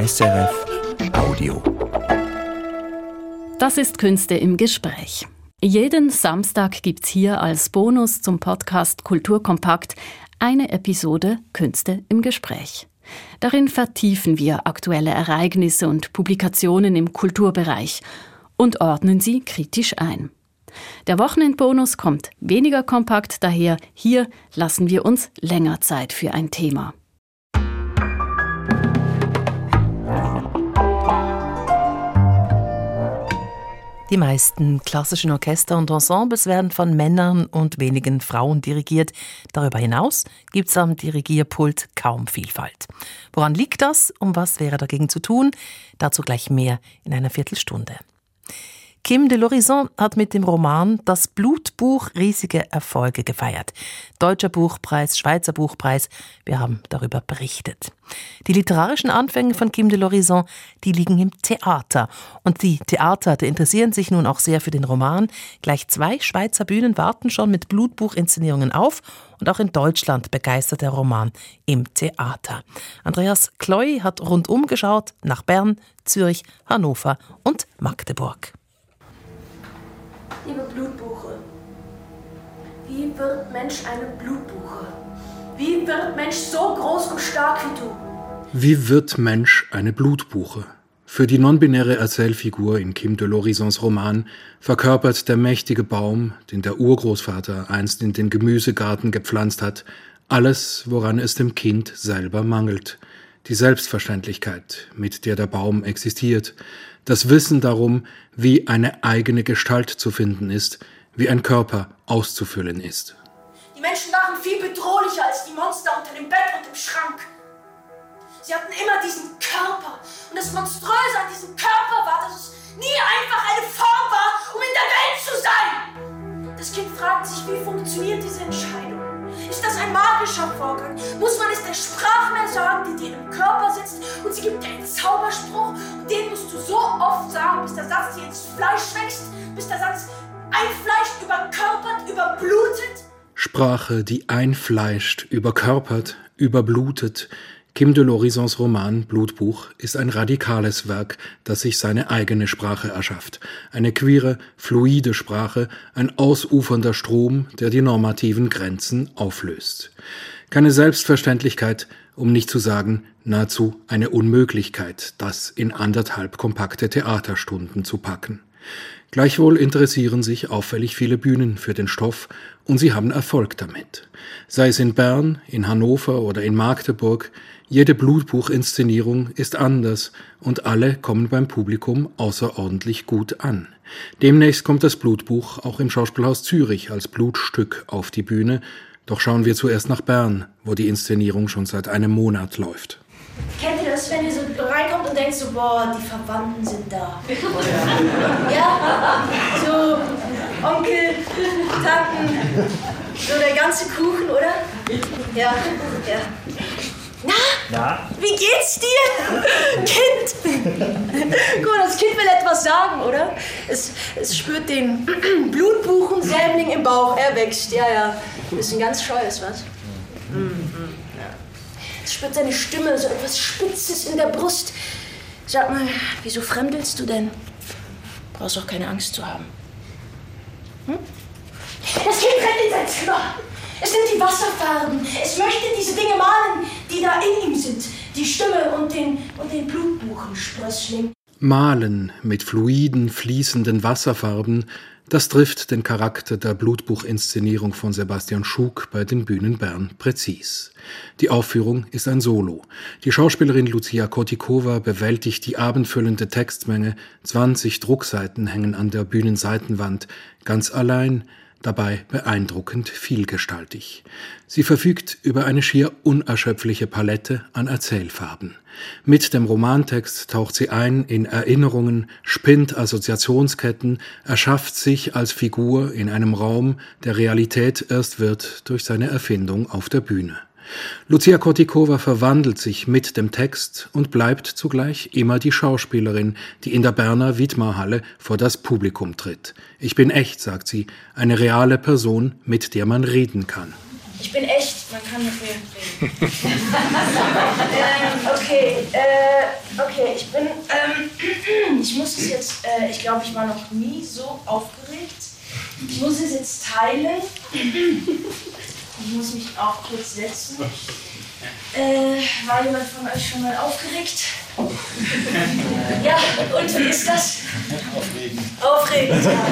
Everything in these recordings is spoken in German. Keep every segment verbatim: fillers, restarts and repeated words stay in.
S R F Audio. Das ist Künste im Gespräch. Jeden Samstag gibt's hier als Bonus zum Podcast Kulturkompakt eine Episode Künste im Gespräch. Darin vertiefen wir aktuelle Ereignisse und Publikationen im Kulturbereich und ordnen sie kritisch ein. Der Wochenendbonus kommt weniger kompakt daher. Hier lassen wir uns länger Zeit für ein Thema. Die meisten klassischen Orchester und Ensembles werden von Männern und wenigen Frauen dirigiert. Darüber hinaus gibt es am Dirigierpult kaum Vielfalt. Woran liegt das? Um was wäre dagegen zu tun? Dazu gleich mehr in einer Viertelstunde. Kim de l'Horizon hat mit dem Roman Das Blutbuch riesige Erfolge gefeiert. Deutscher Buchpreis, Schweizer Buchpreis, wir haben darüber berichtet. Die literarischen Anfänge von Kim de l'Horizon, die liegen im Theater. Und die Theater, die interessieren sich nun auch sehr für den Roman. Gleich zwei Schweizer Bühnen warten schon mit Blutbuchinszenierungen auf. Und auch in Deutschland begeistert der Roman im Theater. Andreas Kloy hat rundum geschaut nach Bern, Zürich, Hannover und Magdeburg. Liebe Blutbuche, wie wird Mensch eine Blutbuche? Wie wird Mensch so groß und stark wie du? Wie wird Mensch eine Blutbuche? Für die non-binäre Erzählfigur in Kim de l'Horizons Roman verkörpert der mächtige Baum, den der Urgroßvater einst in den Gemüsegarten gepflanzt hat, alles, woran es dem Kind selber mangelt. Die Selbstverständlichkeit, mit der der Baum existiert, das Wissen darum, wie eine eigene Gestalt zu finden ist, wie ein Körper auszufüllen ist. Die Menschen waren viel bedrohlicher als die Monster unter dem Bett und im Schrank. Sie hatten immer diesen Körper. Und das Monströse an diesem Körper war, dass es nie einfach eine Form war, um in der Welt zu sein. Das Kind fragt sich, wie funktioniert diese Entscheidung? Ist das ein magischer Vorgang? Muss man es der Sprache mehr sagen, die dir im Körper sitzt, und sie gibt dir einen Zauberspruch, und den musst du so oft sagen, bis der Satz dir ins Fleisch wächst, bis der Satz einfleischt, überkörpert, überblutet? Sprache, die einfleischt, überkörpert, überblutet. Kim de l'Horizons Roman Blutbuch ist ein radikales Werk, das sich seine eigene Sprache erschafft. Eine queere, fluide Sprache, ein ausufernder Strom, der die normativen Grenzen auflöst. Keine Selbstverständlichkeit, um nicht zu sagen, nahezu eine Unmöglichkeit, das in anderthalb kompakte Theaterstunden zu packen. Gleichwohl interessieren sich auffällig viele Bühnen für den Stoff und sie haben Erfolg damit. Sei es in Bern, in Hannover oder in Magdeburg, jede Blutbuchinszenierung ist anders und alle kommen beim Publikum außerordentlich gut an. Demnächst kommt das Blutbuch auch im Schauspielhaus Zürich als Blutstück auf die Bühne. Doch schauen wir zuerst nach Bern, wo die Inszenierung schon seit einem Monat läuft. Kennt ihr das, wenn ihr so reinkommt und denkt so, boah, die Verwandten sind da? Ja? So Onkel, Tanten, so der ganze Kuchen, oder? Ja, ja. Na? Na? Wie geht's dir? Kind! Guck mal, das Kind will etwas sagen, oder? Es, es spürt den Blutbuchensämling im Bauch. Er wächst, ja, ja. Bisschen ganz scheues, was? Mhm. Ja. Es spürt seine Stimme, so etwas Spitzes in der Brust. Sag mal, wieso fremdelst du denn? Brauchst auch keine Angst zu haben. Hm? Das Kind rennt in sein Zimmer. Es sind die Wasserfarben. Es möchte diese Dinge malen, die da in ihm sind. Die Stimme und den, und den Blutbuchensprössling. Malen mit fluiden, fließenden Wasserfarben, das trifft den Charakter der Blutbuchinszenierung von Sebastian Schug bei den Bühnen Bern präzis. Die Aufführung ist ein Solo. Die Schauspielerin Lucia Kotikova bewältigt die abendfüllende Textmenge, zwanzig Druckseiten hängen an der Bühnenseitenwand, ganz allein, dabei beeindruckend vielgestaltig. Sie verfügt über eine schier unerschöpfliche Palette an Erzählfarben. Mit dem Romantext taucht sie ein in Erinnerungen, spinnt Assoziationsketten, erschafft sich als Figur in einem Raum, der Realität erst wird durch seine Erfindung auf der Bühne. Lucia Kotikova verwandelt sich mit dem Text und bleibt zugleich immer die Schauspielerin, die in der Berner Widmarhalle vor das Publikum tritt. Ich bin echt, sagt sie, eine reale Person, mit der man reden kann. Ich bin echt, man kann mit mir reden. ähm, okay, äh, okay, ich bin, ähm, ich muss es jetzt, äh, ich glaube, ich war noch nie so aufgeregt. Ich muss es jetzt teilen. Ich muss mich auch kurz setzen. Äh, war jemand von euch schon mal aufgeregt? Ja, und wie ist das? Aufregend. Aufregend, ja.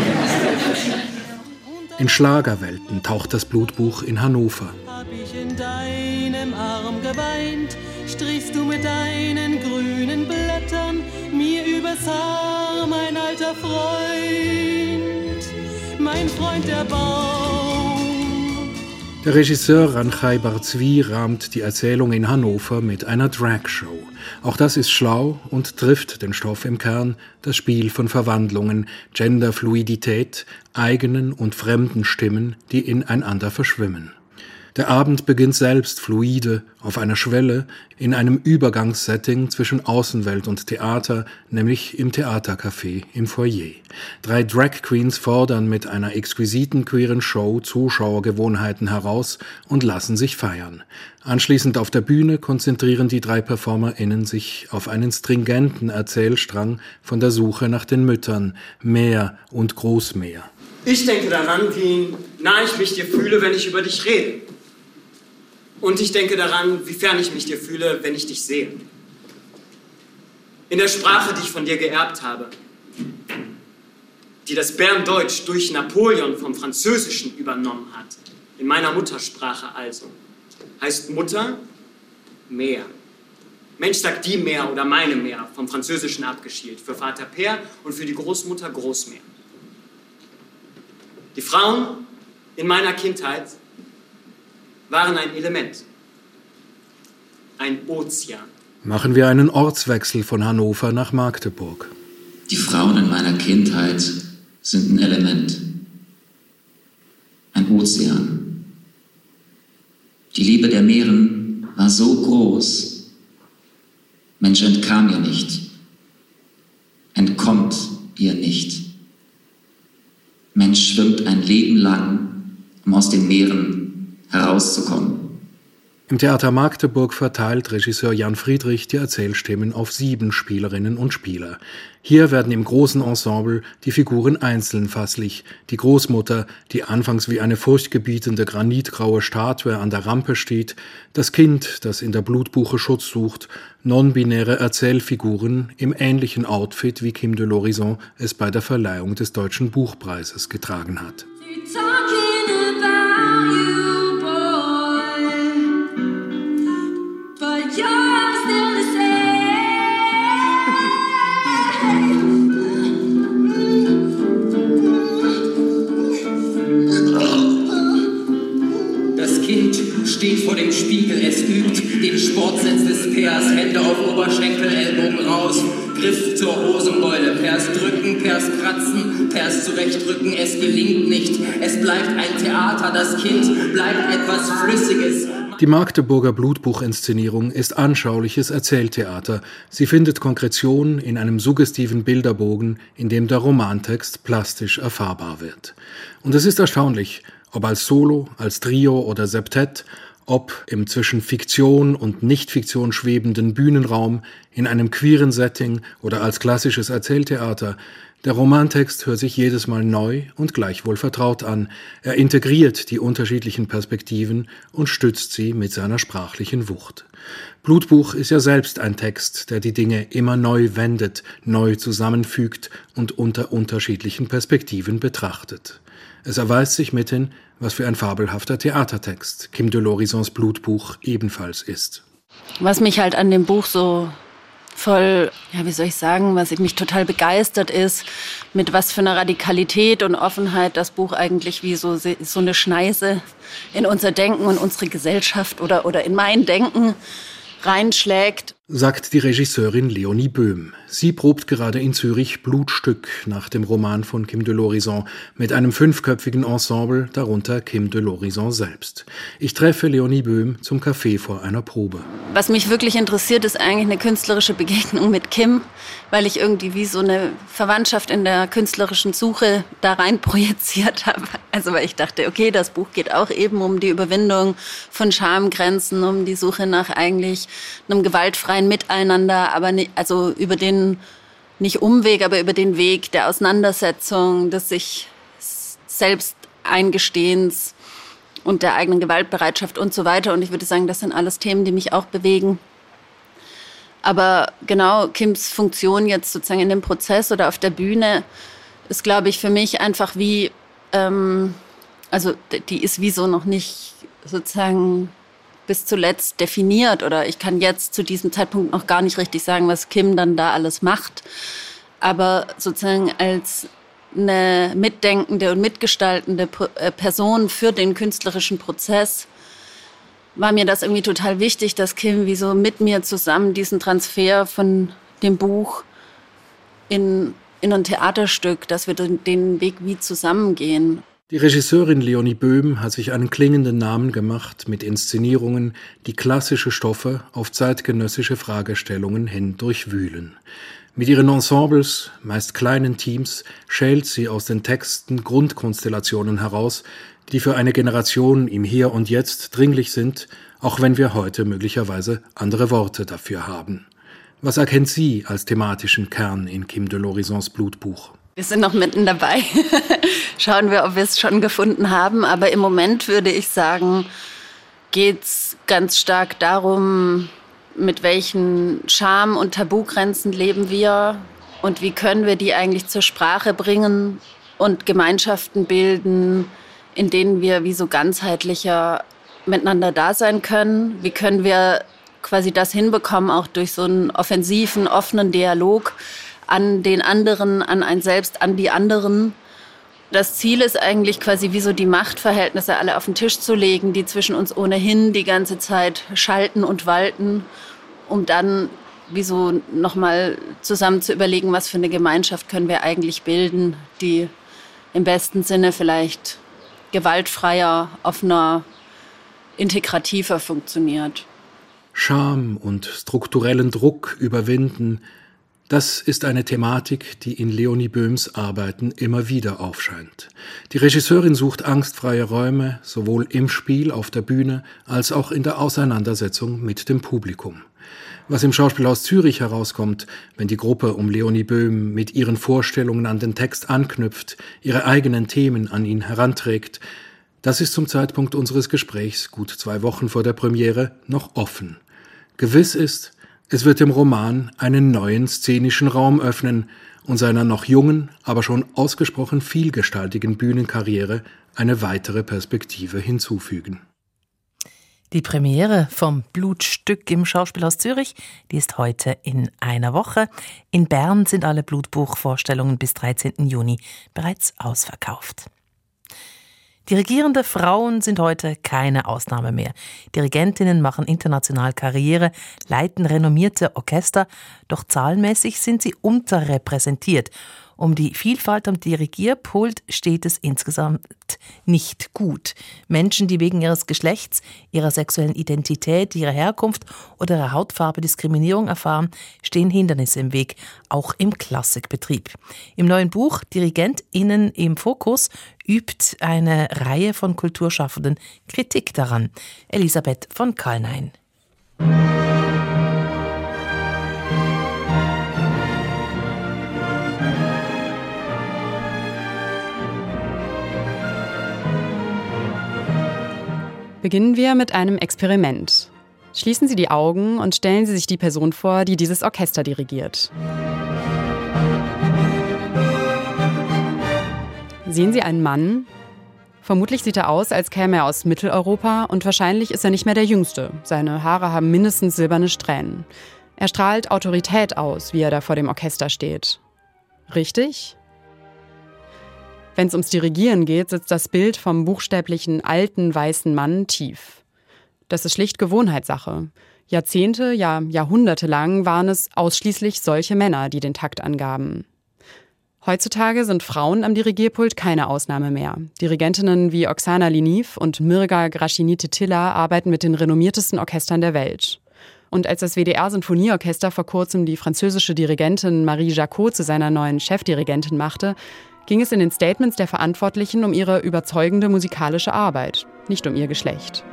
In Schlagerwelten taucht das Blutbuch in Hannover. Hab ich in deinem Arm geweint, strichst du mit deinen grünen Blättern mir übers Haar, mein alter Freund, mein Freund der Baum. Der Regisseur Ranjay Barzwi rahmt die Erzählung in Hannover mit einer Dragshow. Auch das ist schlau und trifft den Stoff im Kern, das Spiel von Verwandlungen, Genderfluidität, eigenen und fremden Stimmen, die ineinander verschwimmen. Der Abend beginnt selbst fluide, auf einer Schwelle, in einem Übergangssetting zwischen Außenwelt und Theater, nämlich im Theatercafé im Foyer. Drei Drag Queens fordern mit einer exquisiten queeren Show Zuschauergewohnheiten heraus und lassen sich feiern. Anschließend auf der Bühne konzentrieren die drei PerformerInnen sich auf einen stringenten Erzählstrang von der Suche nach den Müttern, Meer und Großmeer. Ich denke daran, wie nah ich mich dir fühle, wenn ich über dich rede. Und ich denke daran, wie fern ich mich dir fühle, wenn ich dich sehe. In der Sprache, die ich von dir geerbt habe, die das Berndeutsch durch Napoleon vom Französischen übernommen hat, in meiner Muttersprache also, heißt Mutter Meer. Mensch sagt die Meer oder meine Meer, vom Französischen abgeschielt, für Vater Père und für die Großmutter Großmeer. Die Frauen in meiner Kindheit waren ein Element, ein Ozean. Machen wir einen Ortswechsel von Hannover nach Magdeburg. Die Frauen in meiner Kindheit sind ein Element, ein Ozean. Die Liebe der Meeren war so groß, Mensch entkam ihr nicht, entkommt ihr nicht. Mensch schwimmt ein Leben lang, um aus den Meeren herauszukommen. Im Theater Magdeburg verteilt Regisseur Jan Friedrich die Erzählstimmen auf sieben Spielerinnen und Spieler. Hier werden im großen Ensemble die Figuren einzeln fasslich. Die Großmutter, die anfangs wie eine furchtgebietende granitgraue Statue an der Rampe steht, das Kind, das in der Blutbuche Schutz sucht, non-binäre Erzählfiguren im ähnlichen Outfit wie Kim de l'Horizon es bei der Verleihung des Deutschen Buchpreises getragen hat. Steht vor dem Spiegel, es übt den Sportsitz des Pairs, Hände auf Oberschenkel, Ellbogen raus, Griff zur Hosenbeule, Pairs drücken, Pairs kratzen, Pairs zurechtrücken, es gelingt nicht, es bleibt ein Theater, das Kind bleibt etwas Flüssiges. Die Magdeburger Blutbuchinszenierung ist anschauliches Erzähltheater. Sie findet Konkretion in einem suggestiven Bilderbogen, in dem der Romantext plastisch erfahrbar wird. Und es ist erstaunlich, ob als Solo, als Trio oder Septett, ob im zwischen Fiktion und Nicht-Fiktion schwebenden Bühnenraum, in einem queeren Setting oder als klassisches Erzähltheater, der Romantext hört sich jedes Mal neu und gleichwohl vertraut an. Er integriert die unterschiedlichen Perspektiven und stützt sie mit seiner sprachlichen Wucht. Blutbuch ist ja selbst ein Text, der die Dinge immer neu wendet, neu zusammenfügt und unter unterschiedlichen Perspektiven betrachtet. Es erweist sich mithin, was für ein fabelhafter Theatertext Kim de l'Horizons Blutbuch ebenfalls ist. Was mich halt an dem Buch so voll, ja, wie soll ich sagen, was mich total begeistert ist, mit was für einer Radikalität und Offenheit das Buch eigentlich wie so, so eine Schneise in unser Denken und unsere Gesellschaft oder, oder in mein Denken reinschlägt. Sagt die Regisseurin Leonie Böhm. Sie probt gerade in Zürich Blutstück nach dem Roman von Kim de l'Horizon mit einem fünfköpfigen Ensemble, darunter Kim de l'Horizon selbst. Ich treffe Leonie Böhm zum Café vor einer Probe. was mich wirklich interessiert, ist eigentlich eine künstlerische Begegnung mit Kim, weil ich irgendwie wie so eine Verwandtschaft in der künstlerischen Suche da rein projiziert habe. Also weil ich dachte, okay, das Buch geht auch eben um die Überwindung von Schamgrenzen, um die Suche nach eigentlich einem gewaltfreien Miteinander, aber nicht, also über den, nicht Umweg, aber über den Weg der Auseinandersetzung, des sich selbst Eingestehens und der eigenen Gewaltbereitschaft und so weiter. Und ich würde sagen, das sind alles Themen, die mich auch bewegen. Aber genau, Kims Funktion jetzt sozusagen in dem Prozess oder auf der Bühne ist, glaube ich, für mich einfach wie, ähm, also die ist wie so noch nicht sozusagen bis zuletzt definiert. Oder ich kann jetzt zu diesem Zeitpunkt noch gar nicht richtig sagen, was Kim dann da alles macht. Aber sozusagen als eine mitdenkende und mitgestaltende Person für den künstlerischen Prozess war mir das irgendwie total wichtig, dass Kim wie so mit mir zusammen diesen Transfer von dem Buch in, in ein Theaterstück, dass wir den Weg wie zusammengehen. Die Regisseurin Leonie Böhm hat sich einen klingenden Namen gemacht mit Inszenierungen, die klassische Stoffe auf zeitgenössische Fragestellungen hin durchwühlen. Mit ihren Ensembles, meist kleinen Teams, schält sie aus den Texten Grundkonstellationen heraus, die für eine Generation im Hier und Jetzt dringlich sind, auch wenn wir heute möglicherweise andere Worte dafür haben. Was erkennt sie als thematischen Kern in Kim de l'Horizons Blutbuch? Wir sind noch mitten dabei. Schauen wir, ob wir es schon gefunden haben. Aber im Moment würde ich sagen, geht es ganz stark darum, mit welchen Scham- und Tabugrenzen leben wir und wie können wir die eigentlich zur Sprache bringen und Gemeinschaften bilden, in denen wir wie so ganzheitlicher miteinander da sein können. Wie können wir quasi das hinbekommen, auch durch so einen offensiven, offenen Dialog an den anderen, an ein Selbst, an die anderen. Das Ziel ist eigentlich quasi wie so die Machtverhältnisse alle auf den Tisch zu legen, die zwischen uns ohnehin die ganze Zeit schalten und walten, um dann wie so nochmal zusammen zu überlegen, was für eine Gemeinschaft können wir eigentlich bilden, die im besten Sinne vielleicht gewaltfreier, offener, integrativer funktioniert. Scham und strukturellen Druck überwinden, das ist eine Thematik, die in Leonie Böhms Arbeiten immer wieder aufscheint. Die Regisseurin sucht angstfreie Räume, sowohl im Spiel auf der Bühne als auch in der Auseinandersetzung mit dem Publikum. Was im Schauspielhaus Zürich herauskommt, wenn die Gruppe um Leonie Böhm mit ihren Vorstellungen an den Text anknüpft, ihre eigenen Themen an ihn heranträgt, das ist zum Zeitpunkt unseres Gesprächs, gut zwei Wochen vor der Premiere, noch offen. Gewiss ist, es wird dem Roman einen neuen szenischen Raum öffnen und seiner noch jungen, aber schon ausgesprochen vielgestaltigen Bühnenkarriere eine weitere Perspektive hinzufügen. Die Premiere vom Blutstück im Schauspielhaus Zürich, die ist heute in einer Woche. In Bern sind alle Blutbuchvorstellungen bis dreizehnten Juni bereits ausverkauft. Dirigierende Frauen sind heute keine Ausnahme mehr. Dirigentinnen machen international Karriere, leiten renommierte Orchester, doch zahlenmäßig sind sie unterrepräsentiert. Um die Vielfalt am Dirigierpult steht es insgesamt nicht gut. Menschen, die wegen ihres Geschlechts, ihrer sexuellen Identität, ihrer Herkunft oder ihrer Hautfarbe Diskriminierung erfahren, stehen Hindernisse im Weg, auch im Klassikbetrieb. Im neuen Buch DirigentInnen im Fokus übt eine Reihe von Kulturschaffenden Kritik daran. Elisabeth von Kallnein. Beginnen wir mit einem Experiment. Schließen Sie die Augen und stellen Sie sich die Person vor, die dieses Orchester dirigiert. Sehen Sie einen Mann? Vermutlich sieht er aus, als käme er aus Mitteleuropa und wahrscheinlich ist er nicht mehr der Jüngste. Seine Haare haben mindestens silberne Strähnen. Er strahlt Autorität aus, wie er da vor dem Orchester steht. Richtig? Wenn es ums Dirigieren geht, sitzt das Bild vom buchstäblichen alten, weißen Mann tief. Das ist schlicht Gewohnheitssache. Jahrzehnte, ja Jahrhunderte lang waren es ausschließlich solche Männer, die den Takt angaben. Heutzutage sind Frauen am Dirigierpult keine Ausnahme mehr. Dirigentinnen wie Oksana Liniv und Mirga Grašinite-Tilla arbeiten mit den renommiertesten Orchestern der Welt. Und als das W D R-Sinfonieorchester vor kurzem die französische Dirigentin Marie Jacot zu seiner neuen Chefdirigentin machte, ging es in den Statements der Verantwortlichen um ihre überzeugende musikalische Arbeit, nicht um ihr Geschlecht.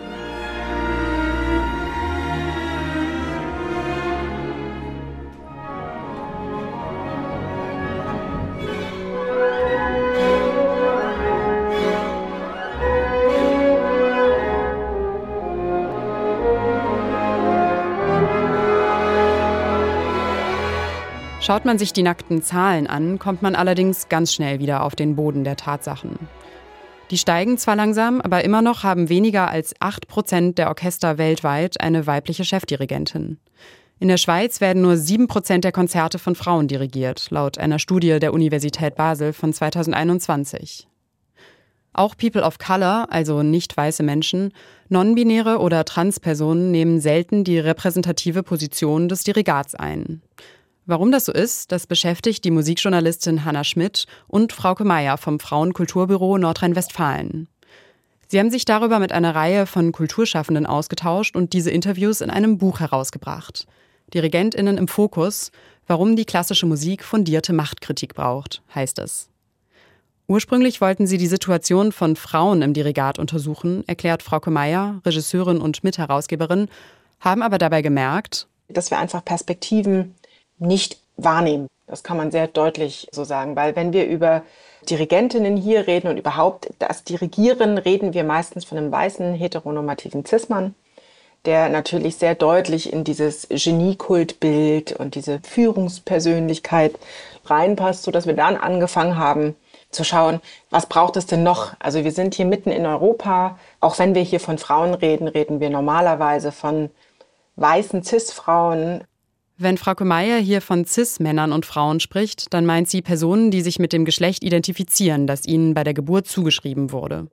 Schaut man sich die nackten Zahlen an, kommt man allerdings ganz schnell wieder auf den Boden der Tatsachen. Die steigen zwar langsam, aber immer noch haben weniger als acht Prozent der Orchester weltweit eine weibliche Chefdirigentin. In der Schweiz werden nur sieben Prozent der Konzerte von Frauen dirigiert, laut einer Studie der Universität Basel von zweitausendeinundzwanzig. Auch People of Color, also nicht weiße Menschen, non-binäre oder Transpersonen nehmen selten die repräsentative Position des Dirigats ein. Warum das so ist, das beschäftigt die Musikjournalistin Hanna Schmidt und Frauke Meier vom Frauenkulturbüro Nordrhein-Westfalen. Sie haben sich darüber mit einer Reihe von Kulturschaffenden ausgetauscht und diese Interviews in einem Buch herausgebracht. DirigentInnen im Fokus, warum die klassische Musik fundierte Machtkritik braucht, heißt es. Ursprünglich wollten sie die Situation von Frauen im Dirigat untersuchen, erklärt Frauke Meier, Regisseurin und Mitherausgeberin, haben aber dabei gemerkt, dass wir einfach Perspektiven nicht wahrnehmen. Das kann man sehr deutlich so sagen, weil wenn wir über Dirigentinnen hier reden und überhaupt das Dirigieren, reden wir meistens von einem weißen, heteronormativen Cis-Mann, der natürlich sehr deutlich in dieses Geniekultbild und diese Führungspersönlichkeit reinpasst, sodass wir dann angefangen haben zu schauen, was braucht es denn noch? Also wir sind hier mitten in Europa, auch wenn wir hier von Frauen reden, reden wir normalerweise von weißen Cis-Frauen. Wenn Frauke Meier hier von Cis-Männern und Frauen spricht, dann meint sie Personen, die sich mit dem Geschlecht identifizieren, das ihnen bei der Geburt zugeschrieben wurde.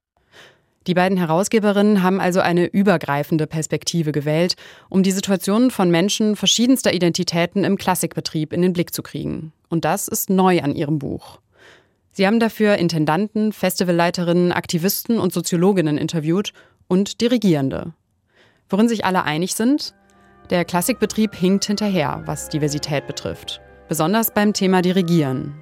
Die beiden Herausgeberinnen haben also eine übergreifende Perspektive gewählt, um die Situationen von Menschen verschiedenster Identitäten im Klassikbetrieb in den Blick zu kriegen. Und das ist neu an ihrem Buch. Sie haben dafür Intendanten, Festivalleiterinnen, Aktivisten und Soziologinnen interviewt und Dirigierende. Worin sich alle einig sind: Der Klassikbetrieb hinkt hinterher, was Diversität betrifft. Besonders beim Thema Dirigieren.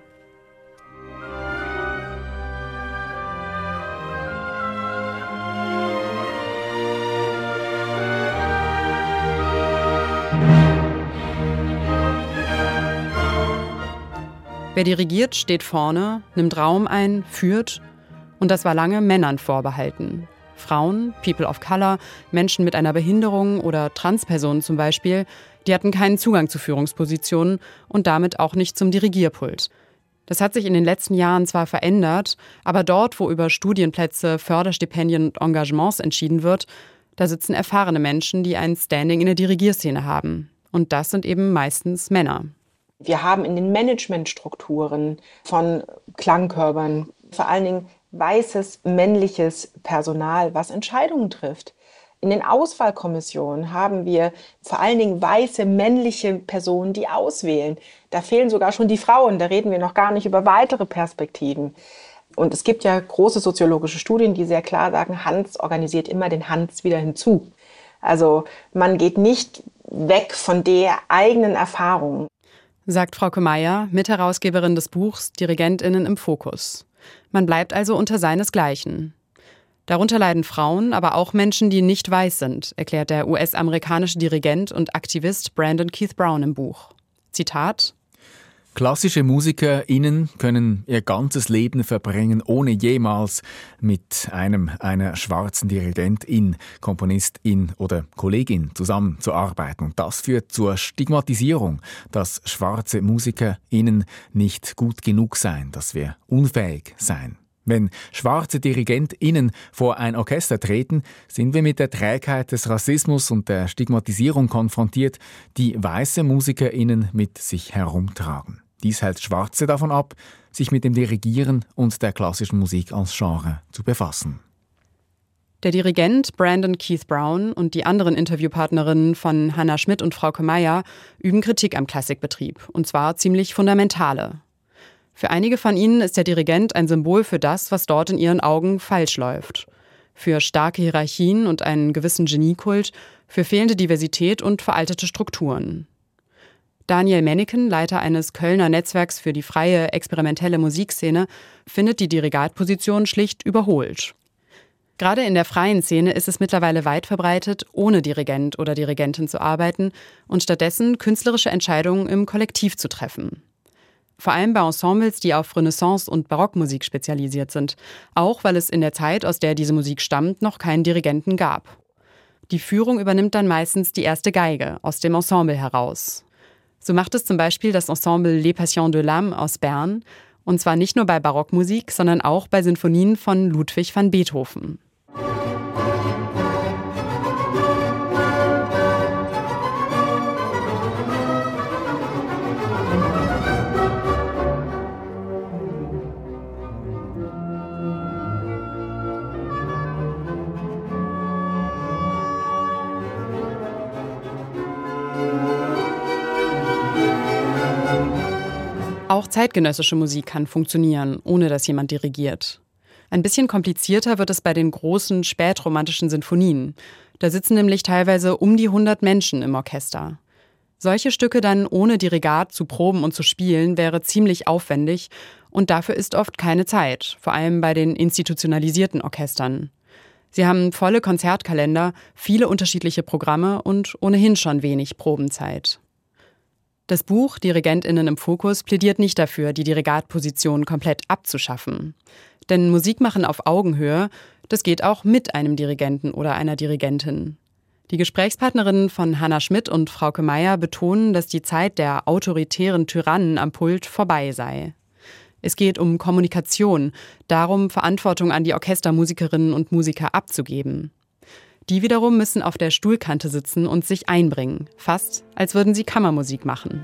Wer dirigiert, steht vorne, nimmt Raum ein, führt. Und das war lange Männern vorbehalten. Frauen, People of Color, Menschen mit einer Behinderung oder Transpersonen zum Beispiel, die hatten keinen Zugang zu Führungspositionen und damit auch nicht zum Dirigierpult. Das hat sich in den letzten Jahren zwar verändert, aber dort, wo über Studienplätze, Förderstipendien und Engagements entschieden wird, da sitzen erfahrene Menschen, die ein Standing in der Dirigierszene haben. Und das sind eben meistens Männer. Wir haben in den Managementstrukturen von Klangkörpern vor allen Dingen weißes, männliches Personal, was Entscheidungen trifft. In den Auswahlkommissionen haben wir vor allen Dingen weiße, männliche Personen, die auswählen. Da fehlen sogar schon die Frauen, da reden wir noch gar nicht über weitere Perspektiven. Und es gibt ja große soziologische Studien, die sehr klar sagen, Hans organisiert immer den Hans wieder hinzu. Also man geht nicht weg von der eigenen Erfahrung. Sagt Frauke Meier, Mitherausgeberin des Buchs DirigentInnen im Fokus. Man bleibt also unter seinesgleichen. Darunter leiden Frauen, aber auch Menschen, die nicht weiß sind, erklärt der U S-amerikanische Dirigent und Aktivist Brandon Keith Brown im Buch. Zitat: Klassische MusikerInnen können ihr ganzes Leben verbringen, ohne jemals mit einem einer schwarzen Dirigentin, Komponistin oder Kollegin zusammenzuarbeiten. Und das führt zur Stigmatisierung, dass schwarze MusikerInnen nicht gut genug seien, dass wir unfähig seien. Wenn schwarze DirigentInnen vor ein Orchester treten, sind wir mit der Trägheit des Rassismus und der Stigmatisierung konfrontiert, die weiße MusikerInnen mit sich herumtragen. Dies hält Schwarze davon ab, sich mit dem Dirigieren und der klassischen Musik als Genre zu befassen. Der Dirigent Brandon Keith Brown und die anderen Interviewpartnerinnen von Hanna Schmidt und Frauke Meier üben Kritik am Klassikbetrieb, und zwar ziemlich fundamentale. Für einige von ihnen ist der Dirigent ein Symbol für das, was dort in ihren Augen falsch läuft. Für starke Hierarchien und einen gewissen Geniekult, für fehlende Diversität und veraltete Strukturen. Daniel Menneken, Leiter eines Kölner Netzwerks für die freie, experimentelle Musikszene, findet die Dirigatposition schlicht überholt. Gerade in der freien Szene ist es mittlerweile weit verbreitet, ohne Dirigent oder Dirigentin zu arbeiten und stattdessen künstlerische Entscheidungen im Kollektiv zu treffen. Vor allem bei Ensembles, die auf Renaissance- und Barockmusik spezialisiert sind, auch weil es in der Zeit, aus der diese Musik stammt, noch keinen Dirigenten gab. Die Führung übernimmt dann meistens die erste Geige aus dem Ensemble heraus. So macht es zum Beispiel das Ensemble Les Passions de l'Âme aus Bern, und zwar nicht nur bei Barockmusik, sondern auch bei Sinfonien von Ludwig van Beethoven. Auch zeitgenössische Musik kann funktionieren, ohne dass jemand dirigiert. Ein bisschen komplizierter wird es bei den großen spätromantischen Sinfonien. Da sitzen nämlich teilweise um die hundert Menschen im Orchester. Solche Stücke dann ohne Dirigat zu proben und zu spielen, wäre ziemlich aufwendig und dafür ist oft keine Zeit, vor allem bei den institutionalisierten Orchestern. Sie haben volle Konzertkalender, viele unterschiedliche Programme und ohnehin schon wenig Probenzeit. Das Buch DirigentInnen im Fokus plädiert nicht dafür, die Dirigatposition komplett abzuschaffen. Denn Musik machen auf Augenhöhe, das geht auch mit einem Dirigenten oder einer Dirigentin. Die Gesprächspartnerinnen von Hannah Schmidt und Frauke Meier betonen, dass die Zeit der autoritären Tyrannen am Pult vorbei sei. Es geht um Kommunikation, darum, Verantwortung an die Orchestermusikerinnen und Musiker abzugeben. Die wiederum müssen auf der Stuhlkante sitzen und sich einbringen, fast als würden sie Kammermusik machen.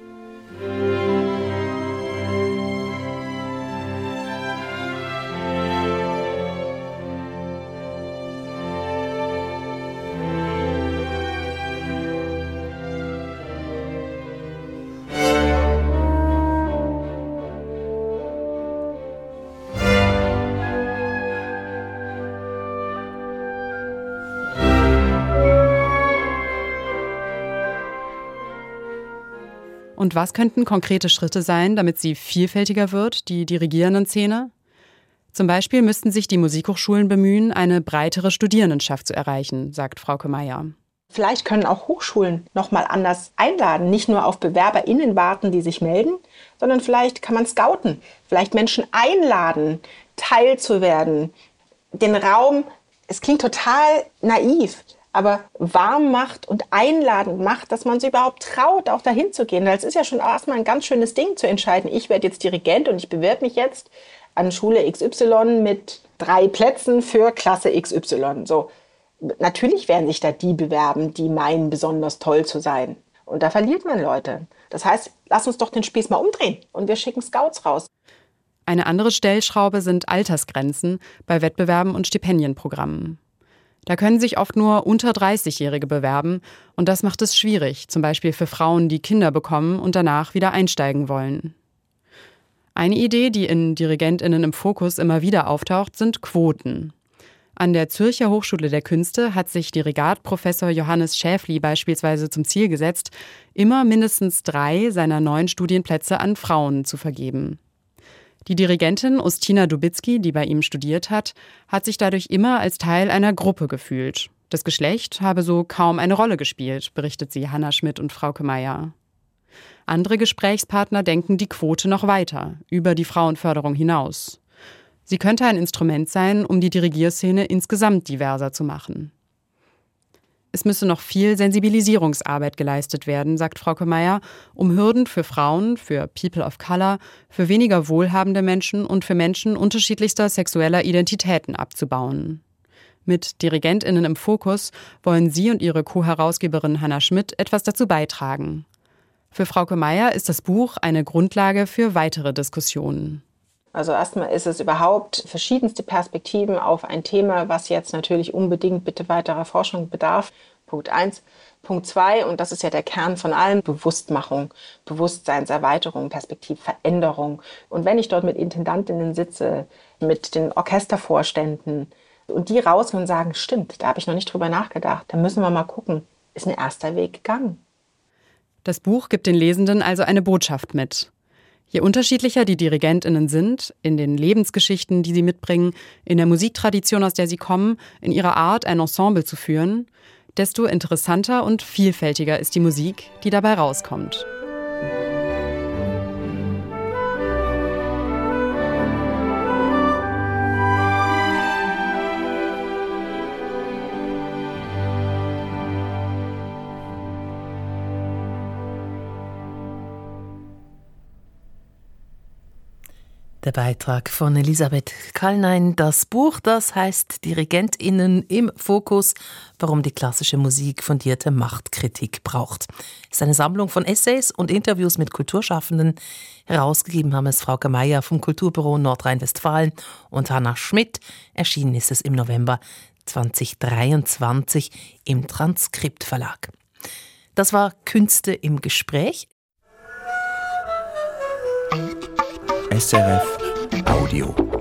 Und was könnten konkrete Schritte sein, damit sie vielfältiger wird, die Dirigierenden-Szene? Zum Beispiel müssten sich die Musikhochschulen bemühen, eine breitere Studierendenschaft zu erreichen, sagt Frauke Meier. Vielleicht können auch Hochschulen noch mal anders einladen, nicht nur auf BewerberInnen warten, die sich melden, sondern vielleicht kann man scouten, vielleicht Menschen einladen, teilzuwerden, den Raum, es klingt total naiv, aber warm macht und einladend macht, dass man sich überhaupt traut, auch dahin zu gehen. Das ist ja schon erstmal ein ganz schönes Ding zu entscheiden. Ich werde jetzt Dirigent und ich bewerbe mich jetzt an Schule X Y mit drei Plätzen für Klasse X Y. So. Natürlich werden sich da die bewerben, die meinen, besonders toll zu sein. Und da verliert man Leute. Das heißt, lass uns doch den Spieß mal umdrehen und wir schicken Scouts raus. Eine andere Stellschraube sind Altersgrenzen bei Wettbewerben und Stipendienprogrammen. Da können sich oft nur unter dreißigjährige bewerben und das macht es schwierig, zum Beispiel für Frauen, die Kinder bekommen und danach wieder einsteigen wollen. Eine Idee, die in DirigentInnen im Fokus immer wieder auftaucht, sind Quoten. An der Zürcher Hochschule der Künste hat sich Dirigat-Professor Johannes Schäfli beispielsweise zum Ziel gesetzt, immer mindestens drei seiner neun Studienplätze an Frauen zu vergeben. Die Dirigentin Ustina Dubitzky, die bei ihm studiert hat, hat sich dadurch immer als Teil einer Gruppe gefühlt. Das Geschlecht habe so kaum eine Rolle gespielt, berichtet sie Hannah Schmidt und Frauke Meier. Andere Gesprächspartner denken die Quote noch weiter, über die Frauenförderung hinaus. Sie könnte ein Instrument sein, um die Dirigierszene insgesamt diverser zu machen. Es müsse noch viel Sensibilisierungsarbeit geleistet werden, sagt Frauke Meier, um Hürden für Frauen, für People of Color, für weniger wohlhabende Menschen und für Menschen unterschiedlichster sexueller Identitäten abzubauen. Mit DirigentInnen im Fokus wollen sie und ihre Co-Herausgeberin Hannah Schmidt etwas dazu beitragen. Für Frauke Meier ist das Buch eine Grundlage für weitere Diskussionen. Also erstmal ist es überhaupt verschiedenste Perspektiven auf ein Thema, was jetzt natürlich unbedingt bitte weiterer Forschung bedarf. Punkt eins. Punkt zwei, und das ist ja der Kern von allem, Bewusstmachung, Bewusstseinserweiterung, Perspektivveränderung. Und wenn ich dort mit Intendantinnen sitze, mit den Orchestervorständen, Und die rausgehen und sagen, stimmt, da habe ich noch nicht drüber nachgedacht. Da müssen wir mal gucken, ist ein erster Weg gegangen. Das Buch gibt den Lesenden also eine Botschaft mit. Je unterschiedlicher die DirigentInnen sind, in den Lebensgeschichten, die sie mitbringen, in der Musiktradition, aus der sie kommen, in ihrer Art, ein Ensemble zu führen, desto interessanter und vielfältiger ist die Musik, die dabei rauskommt. Der Beitrag von Elisabeth Kallnein. Das Buch, das heißt DirigentInnen im Fokus, warum die klassische Musik fundierte Machtkritik braucht. Es ist eine Sammlung von Essays und Interviews mit Kulturschaffenden. Herausgegeben haben es Frauke Meier vom Kulturbüro Nordrhein-Westfalen und Hanna Schmidt. Erschienen ist es im November zweitausenddreiundzwanzig im Transkript Verlag. Das war Künste im Gespräch. S R F Audio.